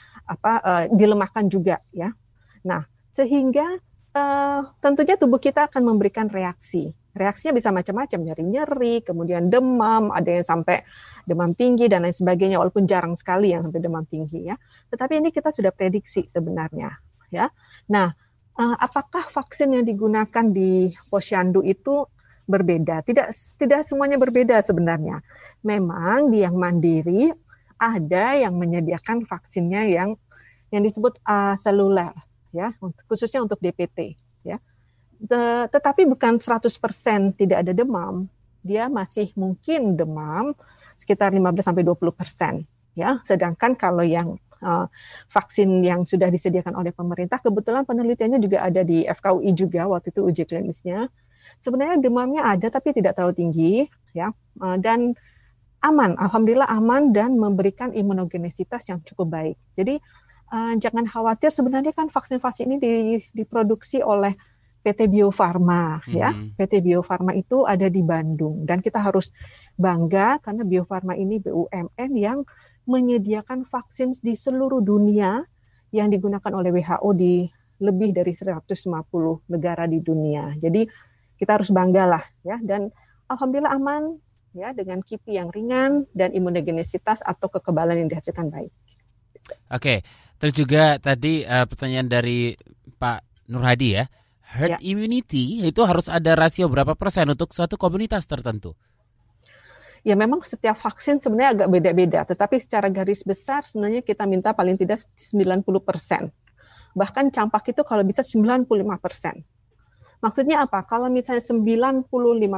dilemahkan juga ya. Nah, sehingga tentunya tubuh kita akan memberikan reaksi. Reaksinya bisa macam-macam, nyeri-nyeri, kemudian demam, ada yang sampai demam tinggi dan lain sebagainya, walaupun jarang sekali yang sampai demam tinggi ya. Tetapi ini kita sudah prediksi sebenarnya ya. Nah, apakah vaksin yang digunakan di posyandu itu berbeda? Tidak semuanya berbeda sebenarnya. Memang di yang mandiri ada yang menyediakan vaksinnya yang disebut seluler ya, khususnya untuk DPT ya. Tetapi bukan 100% tidak ada demam, dia masih mungkin demam sekitar 15-20% ya. Sedangkan kalau yang vaksin yang sudah disediakan oleh pemerintah, kebetulan penelitiannya juga ada di FKUI juga waktu itu uji klinisnya. Sebenarnya demamnya ada tapi tidak terlalu tinggi ya, dan aman, alhamdulillah aman dan memberikan imunogenisitas yang cukup baik. Jadi jangan khawatir, sebenarnya kan vaksin-vaksin ini diproduksi oleh PT Bio Farma ya. PT Bio Farma itu ada di Bandung dan kita harus bangga karena Bio Farma ini BUMN yang menyediakan vaksin di seluruh dunia yang digunakan oleh WHO di lebih dari 150 negara di dunia. Jadi kita harus banggalah ya, dan alhamdulillah aman ya dengan KIPI yang ringan dan imunogenisitas atau kekebalan yang dihasilkan baik. Oke, terus juga tadi pertanyaan dari Pak Nur Hadi ya. Herd immunity itu harus ada rasio berapa persen untuk suatu komunitas tertentu? Ya memang setiap vaksin sebenarnya agak beda-beda, tetapi secara garis besar sebenarnya kita minta paling tidak 90%. Bahkan campak itu kalau bisa 95%. Maksudnya apa? Kalau misalnya 95%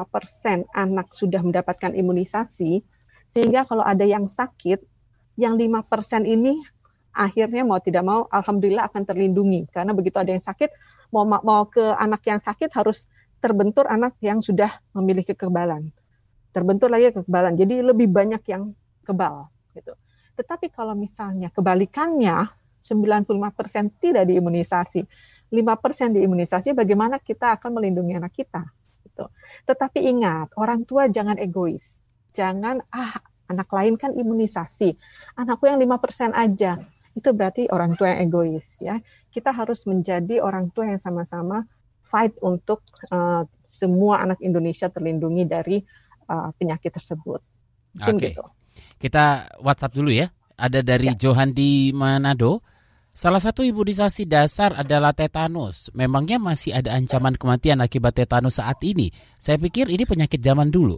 anak sudah mendapatkan imunisasi, sehingga kalau ada yang sakit, yang 5% ini akhirnya mau tidak mau alhamdulillah akan terlindungi. Karena begitu ada yang sakit, mau ke anak yang sakit harus terbentur anak yang sudah memiliki kekebalan. Terbentur lagi kekebalan. Jadi lebih banyak yang kebal gitu. Tetapi kalau misalnya kebalikannya 95% tidak diimunisasi, 5% diimunisasi, bagaimana kita akan melindungi anak kita gitu. Tetapi ingat, orang tua jangan egois. Jangan anak lain kan imunisasi. Anakku yang 5% aja, itu berarti orang tua yang egois ya. Kita harus menjadi orang tua yang sama-sama fight untuk semua anak Indonesia terlindungi dari penyakit tersebut. Oke. Gitu. Kita WhatsApp dulu ya. Ada dari Johan di Manado. Salah satu imunisasi dasar adalah tetanus. Memangnya masih ada ancaman kematian akibat tetanus saat ini? Saya pikir ini penyakit zaman dulu.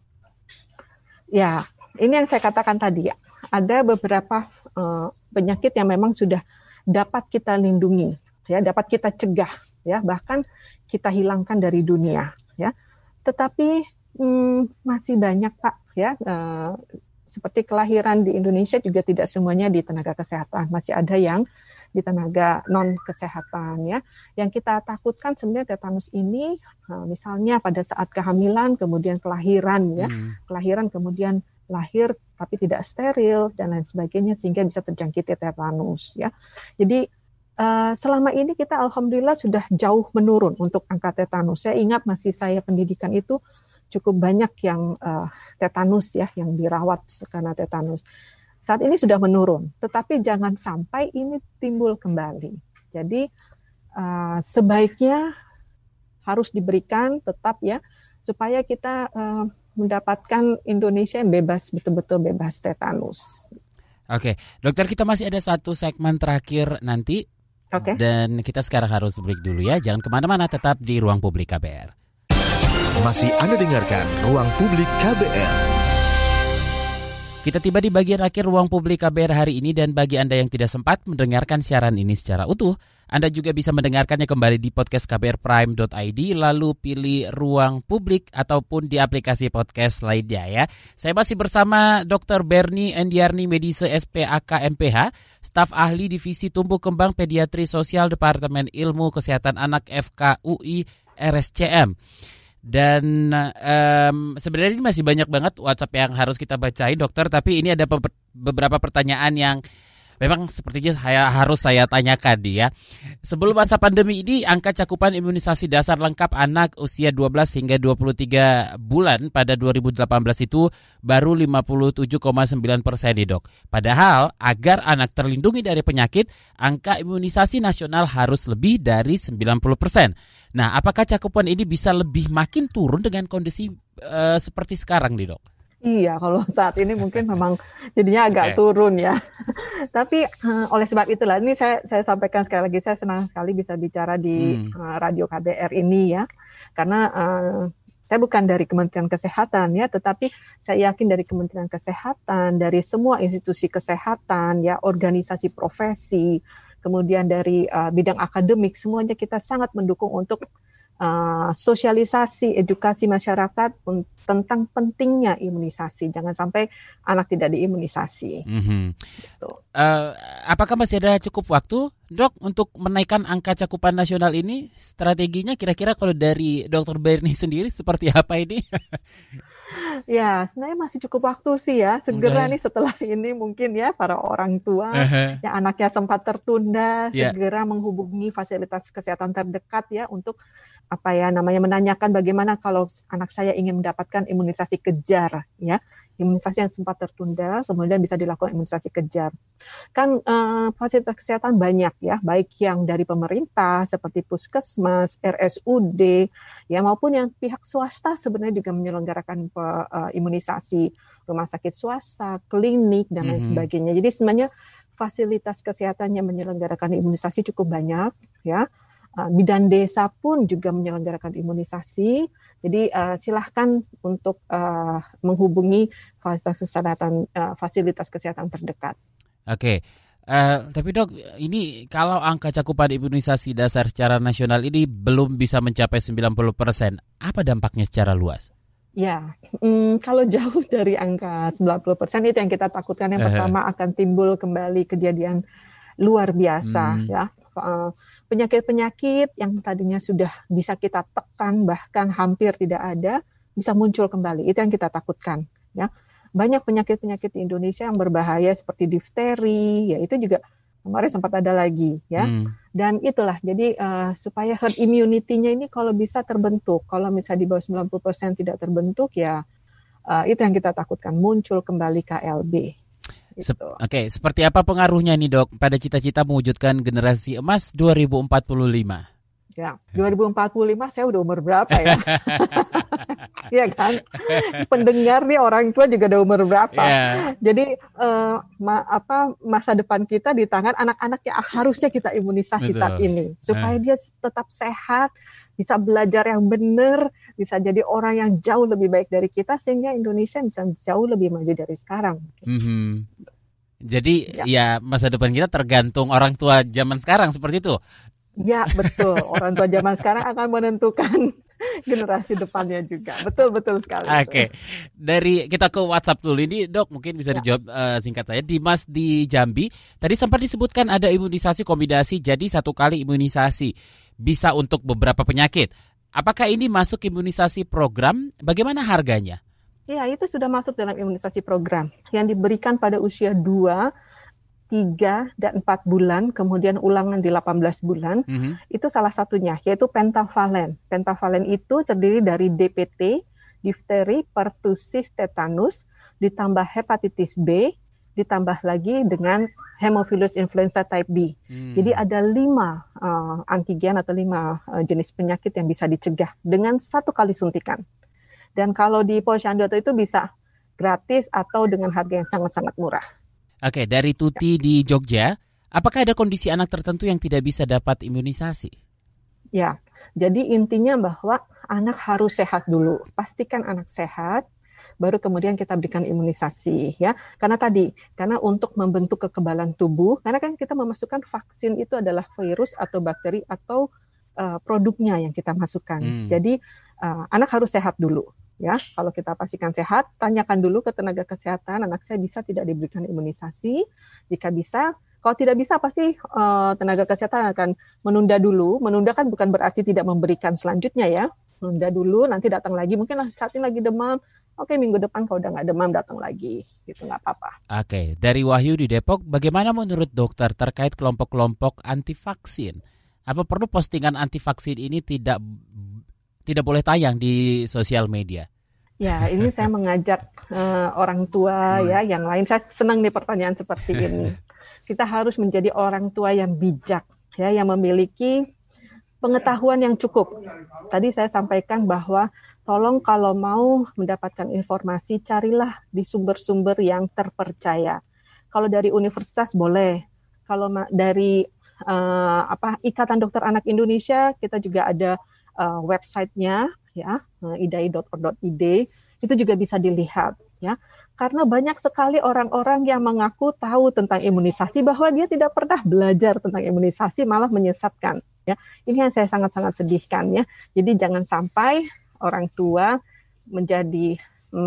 Ya, ini yang saya katakan tadi ya. Ada beberapa penyakit yang memang sudah dapat kita lindungi, ya, dapat kita cegah, ya, bahkan kita hilangkan dari dunia, ya. Tetapi masih banyak Pak, ya. Seperti kelahiran di Indonesia juga tidak semuanya di tenaga kesehatan, masih ada yang di tenaga non kesehatan ya. Yang kita takutkan sebenarnya tetanus ini misalnya pada saat kehamilan kemudian kelahiran ya, kelahiran kemudian lahir tapi tidak steril dan lain sebagainya sehingga bisa terjangkit tetanus ya. Jadi selama ini kita alhamdulillah sudah jauh menurun untuk angka tetanus. Saya ingat masih saya pendidikan itu cukup banyak yang tetanus ya, yang dirawat karena tetanus. Saat ini sudah menurun, tetapi jangan sampai ini timbul kembali. Jadi sebaiknya harus diberikan tetap ya, supaya kita mendapatkan Indonesia yang bebas, betul-betul bebas tetanus. Oke, dokter, kita masih ada satu segmen terakhir nanti. Oke. Dan kita sekarang harus break dulu ya, jangan kemana-mana, tetap di Ruang Publik KBR. Masih Anda dengarkan Ruang Publik KBR. Kita tiba di bagian akhir Ruang Publik KBR hari ini, dan bagi Anda yang tidak sempat mendengarkan siaran ini secara utuh, Anda juga bisa mendengarkannya kembali di podcast kbrprime.id, lalu pilih Ruang Publik ataupun di aplikasi podcast lainnya ya. Saya masih bersama Dr. Bernie Endiarni Medise SPAK MPH, staf ahli Divisi Tumbuh Kembang Pediatri Sosial Departemen Ilmu Kesehatan Anak FKUI RSCM. Dan sebenarnya ini masih banyak banget WhatsApp yang harus kita bacain dokter, tapi ini ada beberapa pertanyaan yang memang sepertinya harus saya tanyakan ya. Sebelum masa pandemi ini, angka cakupan imunisasi dasar lengkap anak usia 12 hingga 23 bulan pada 2018 itu baru 57,9% nih dok. Padahal agar anak terlindungi dari penyakit, angka imunisasi nasional harus lebih dari 90%. Nah, apakah cakupan ini bisa lebih makin turun dengan kondisi seperti sekarang nih dok? Iya, kalau saat ini mungkin memang jadinya agak turun ya. Tapi oleh sebab itulah, ini saya sampaikan sekali lagi, saya senang sekali bisa bicara di Radio KBR ini ya. Karena saya bukan dari Kementerian Kesehatan ya, tetapi saya yakin dari Kementerian Kesehatan, dari semua institusi kesehatan ya, organisasi profesi, kemudian dari bidang akademik, semuanya kita sangat mendukung untuk sosialisasi, edukasi masyarakat tentang pentingnya imunisasi. Jangan sampai anak tidak diimunisasi. Gitu. Apakah masih ada cukup waktu, dok, untuk menaikkan angka cakupan nasional ini? Strateginya kira-kira kalau dari Dr. Bernie sendiri seperti apa ini? Ya, sebenarnya masih cukup waktu sih ya. Segera nih setelah ini mungkin ya para orang tua yang anaknya sempat tertunda, segera menghubungi fasilitas kesehatan terdekat ya untuk menanyakan bagaimana kalau anak saya ingin mendapatkan imunisasi kejar ya. Imunisasi yang sempat tertunda, kemudian bisa dilakukan imunisasi kejar. Kan fasilitas kesehatan banyak ya, baik yang dari pemerintah seperti puskesmas, RSUD, ya maupun yang pihak swasta sebenarnya juga menyelenggarakan imunisasi, rumah sakit swasta, klinik dan lain sebagainya. Jadi sebenarnya fasilitas kesehatan yang menyelenggarakan imunisasi cukup banyak ya. Bidan desa pun juga menyelenggarakan imunisasi. Jadi silahkan untuk menghubungi fasilitas kesehatan terdekat. Oke. Tapi dok, ini kalau angka cakupan imunisasi dasar secara nasional ini belum bisa mencapai 90%, apa dampaknya secara luas? Ya, kalau jauh dari angka 90% itu yang kita takutkan. Yang pertama akan timbul kembali kejadian luar biasa ya. Penyakit-penyakit yang tadinya sudah bisa kita tekan bahkan hampir tidak ada bisa muncul kembali. Itu yang kita takutkan ya. Banyak penyakit-penyakit di Indonesia yang berbahaya seperti difteri ya, itu juga kemarin sempat ada lagi ya. Dan itulah jadi supaya herd immunity-nya ini kalau bisa terbentuk. Kalau misalnya di bawah 90% tidak terbentuk ya Itu yang kita takutkan, muncul kembali KLB. Gitu. Oke, seperti apa pengaruhnya nih dok pada cita-cita mewujudkan generasi emas 2045? Ya, 2045 saya udah umur berapa ya? Iya kan? Pendengar nih orang tua juga udah umur berapa? Yeah. Jadi masa depan kita di tangan anak-anak yang harusnya kita imunisasi saat ini supaya dia tetap sehat, bisa belajar yang benar, bisa jadi orang yang jauh lebih baik dari kita sehingga Indonesia bisa jauh lebih maju dari sekarang. Mm-hmm. Jadi ya masa depan kita tergantung orang tua zaman sekarang seperti itu. Ya betul, orang tua zaman sekarang akan menentukan generasi depannya juga. Betul sekali. Oke, dari kita ke WhatsApp dulu ini dok, mungkin bisa dijawab singkat saja. Dimas di Jambi, tadi sempat disebutkan ada imunisasi kombinasi, jadi 1 kali imunisasi bisa untuk beberapa penyakit. Apakah ini masuk imunisasi program? Bagaimana harganya? Ya, itu sudah masuk dalam imunisasi program yang diberikan pada usia 2, 3, dan 4 bulan, kemudian ulangan di 18 bulan, itu salah satunya, yaitu pentavalen. Pentavalen itu terdiri dari DPT, difteri, pertusis, tetanus, ditambah hepatitis B, ditambah lagi dengan Haemophilus influenza type B. Jadi ada 5 antigen atau 5 jenis penyakit yang bisa dicegah dengan 1 kali suntikan. Dan kalau di Posyandu itu bisa gratis atau dengan harga yang sangat-sangat murah. Oke, dari Tuti di Jogja, apakah ada kondisi anak tertentu yang tidak bisa dapat imunisasi? Ya, jadi intinya bahwa anak harus sehat dulu. Pastikan anak sehat, baru kemudian kita berikan imunisasi. Ya, karena untuk membentuk kekebalan tubuh, karena kan kita memasukkan vaksin itu adalah virus atau bakteri atau produknya yang kita masukkan. Jadi anak harus sehat dulu. Ya, kalau kita pastikan sehat, tanyakan dulu ke tenaga kesehatan, anak saya bisa tidak diberikan imunisasi. Jika bisa, kalau tidak bisa pasti tenaga kesehatan akan menunda dulu. Menunda kan bukan berarti tidak memberikan selanjutnya ya. Menunda dulu, nanti datang lagi. Mungkin saat ini lagi demam. Oke, minggu depan kalau udah nggak demam datang lagi. Gitu, nggak apa-apa. Oke, dari Wahyu di Depok, bagaimana menurut dokter terkait kelompok-kelompok anti vaksin? Apa perlu postingan anti vaksin ini tidak boleh tayang di sosial media? Ya, ini saya mengajak orang tua ya yang lain. Saya senang nih pertanyaan seperti ini. Kita harus menjadi orang tua yang bijak, ya, yang memiliki pengetahuan yang cukup. Tadi saya sampaikan bahwa tolong kalau mau mendapatkan informasi, carilah di sumber-sumber yang terpercaya. Kalau dari universitas boleh. Kalau dari Ikatan Dokter Anak Indonesia, kita juga ada website-nya, ya, idai.org.id, itu juga bisa dilihat, ya. Karena banyak sekali orang-orang yang mengaku tahu tentang imunisasi bahwa dia tidak pernah belajar tentang imunisasi, malah menyesatkan, ya. Ini yang saya sangat-sangat sedihkan, ya. Jadi jangan sampai orang tua menjadi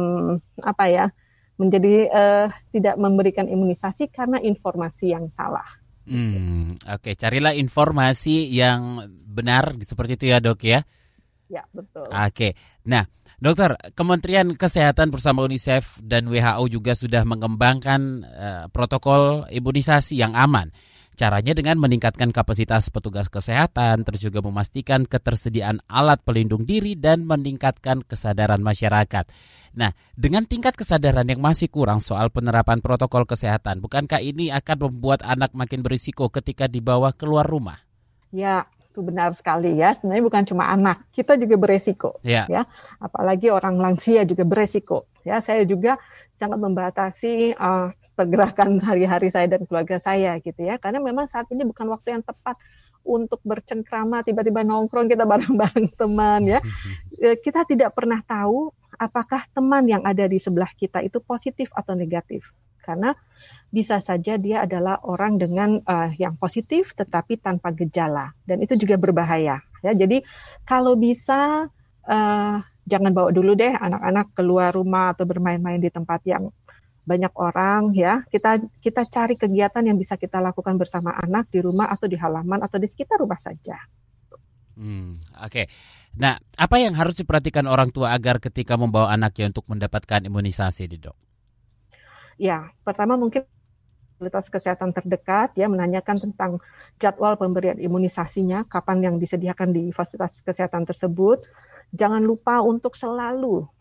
tidak memberikan imunisasi karena informasi yang salah. Oke, carilah informasi yang benar seperti itu ya dok ya. Ya, betul. Oke, nah dokter, Kementerian Kesehatan bersama UNICEF dan WHO juga sudah mengembangkan protokol imunisasi yang aman. Caranya dengan meningkatkan kapasitas petugas kesehatan, terus juga memastikan ketersediaan alat pelindung diri dan meningkatkan kesadaran masyarakat. Nah, dengan tingkat kesadaran yang masih kurang soal penerapan protokol kesehatan, bukankah ini akan membuat anak makin berisiko ketika dibawa keluar rumah? Ya, itu benar sekali ya. Sebenarnya bukan cuma anak, kita juga beresiko. Ya. Apalagi orang lansia juga beresiko. Ya, saya juga sangat membatasi pergerakan hari-hari saya dan keluarga saya gitu ya. Karena memang saat ini bukan waktu yang tepat untuk bercengkrama, tiba-tiba nongkrong kita bareng-bareng teman ya. Kita tidak pernah tahu apakah teman yang ada di sebelah kita itu positif atau negatif. Karena bisa saja dia adalah orang dengan yang positif tetapi tanpa gejala, dan itu juga berbahaya ya. Jadi kalau bisa jangan bawa dulu deh anak-anak keluar rumah atau bermain-main di tempat yang banyak orang ya. Kita cari kegiatan yang bisa kita lakukan bersama anak di rumah atau di halaman atau di sekitar rumah saja. Oke. Nah, apa yang harus diperhatikan orang tua agar ketika membawa anaknya untuk mendapatkan imunisasi, dok? Ya, pertama mungkin fasilitas kesehatan terdekat ya, menanyakan tentang jadwal pemberian imunisasinya, kapan yang disediakan di fasilitas kesehatan tersebut. Jangan lupa untuk selalu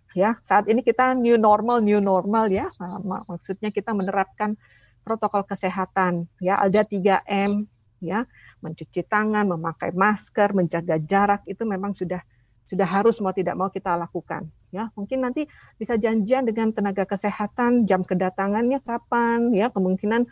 ya. Saat ini kita new normal ya. Maksudnya kita menerapkan protokol kesehatan ya, ada 3M ya, mencuci tangan, memakai masker, menjaga jarak, itu memang sudah harus mau tidak mau kita lakukan ya. Mungkin nanti bisa janjian dengan tenaga kesehatan jam kedatangannya kapan ya, kemungkinan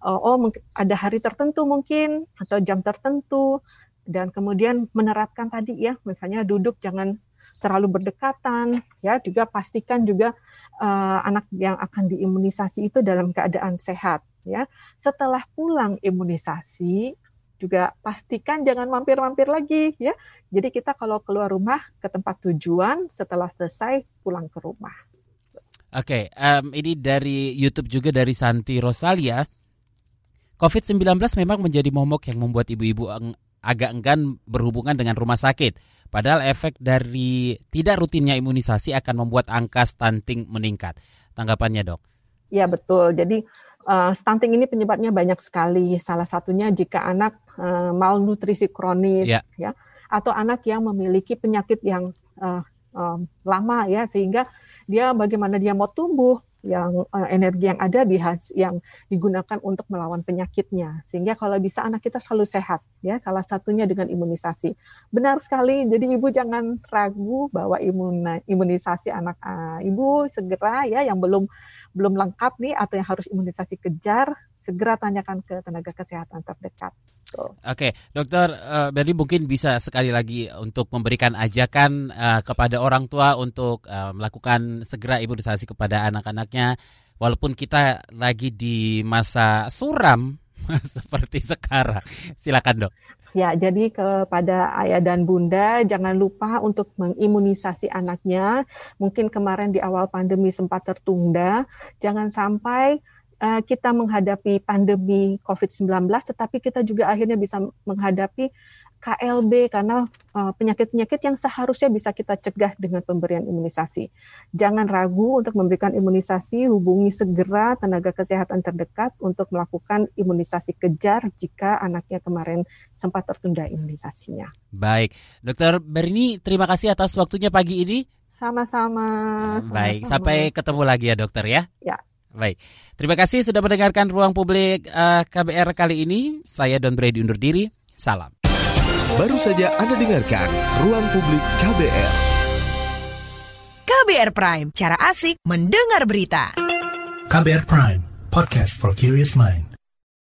ada hari tertentu mungkin atau jam tertentu, dan kemudian menerapkan tadi ya, misalnya duduk jangan terlalu berdekatan ya, juga pastikan juga anak yang akan diimunisasi itu dalam keadaan sehat ya. Setelah pulang imunisasi juga pastikan jangan mampir-mampir lagi ya. Jadi kita kalau keluar rumah ke tempat tujuan, setelah selesai pulang ke rumah. Oke, ini dari YouTube juga dari Santi Rosalia. COVID-19 memang menjadi momok yang membuat ibu-ibu agak enggan berhubungan dengan rumah sakit. Padahal efek dari tidak rutinnya imunisasi akan membuat angka stunting meningkat. Tanggapannya, Dok? Ya, betul. Jadi stunting ini penyebabnya banyak sekali. Salah satunya jika anak malnutrisi kronis, ya, atau anak yang memiliki penyakit yang lama ya, sehingga dia bagaimana dia mau tumbuh, yang energi yang ada yang digunakan untuk melawan penyakitnya. Sehingga kalau bisa anak kita selalu sehat ya, salah satunya dengan imunisasi. Benar sekali. Jadi ibu jangan ragu bahwa imunisasi anak ibu segera ya, yang belum lengkap nih atau yang harus imunisasi kejar, segera tanyakan ke tenaga kesehatan terdekat. Oke, Dokter Berli mungkin bisa sekali lagi untuk memberikan ajakan kepada orang tua untuk melakukan segera imunisasi kepada anak-anaknya, walaupun kita lagi di masa suram seperti sekarang. Silakan, Dok. Ya, jadi kepada ayah dan bunda jangan lupa untuk mengimunisasi anaknya. Mungkin kemarin di awal pandemi sempat tertunda, jangan sampai kita menghadapi pandemi COVID-19, tetapi kita juga akhirnya bisa menghadapi KLB karena penyakit-penyakit yang seharusnya bisa kita cegah dengan pemberian imunisasi. Jangan ragu untuk memberikan imunisasi, hubungi segera tenaga kesehatan terdekat untuk melakukan imunisasi kejar jika anaknya kemarin sempat tertunda imunisasinya. Baik, Dokter Berni, terima kasih atas waktunya pagi ini. Sama-sama. Baik, sampai ketemu lagi ya, Dokter ya. Ya. Baik, terima kasih sudah mendengarkan Ruang Publik KBR kali ini. Saya Don Brady undur diri, salam. Baru saja Anda dengarkan Ruang Publik KBR. KBR Prime, cara asik mendengar berita. KBR Prime, podcast for curious mind.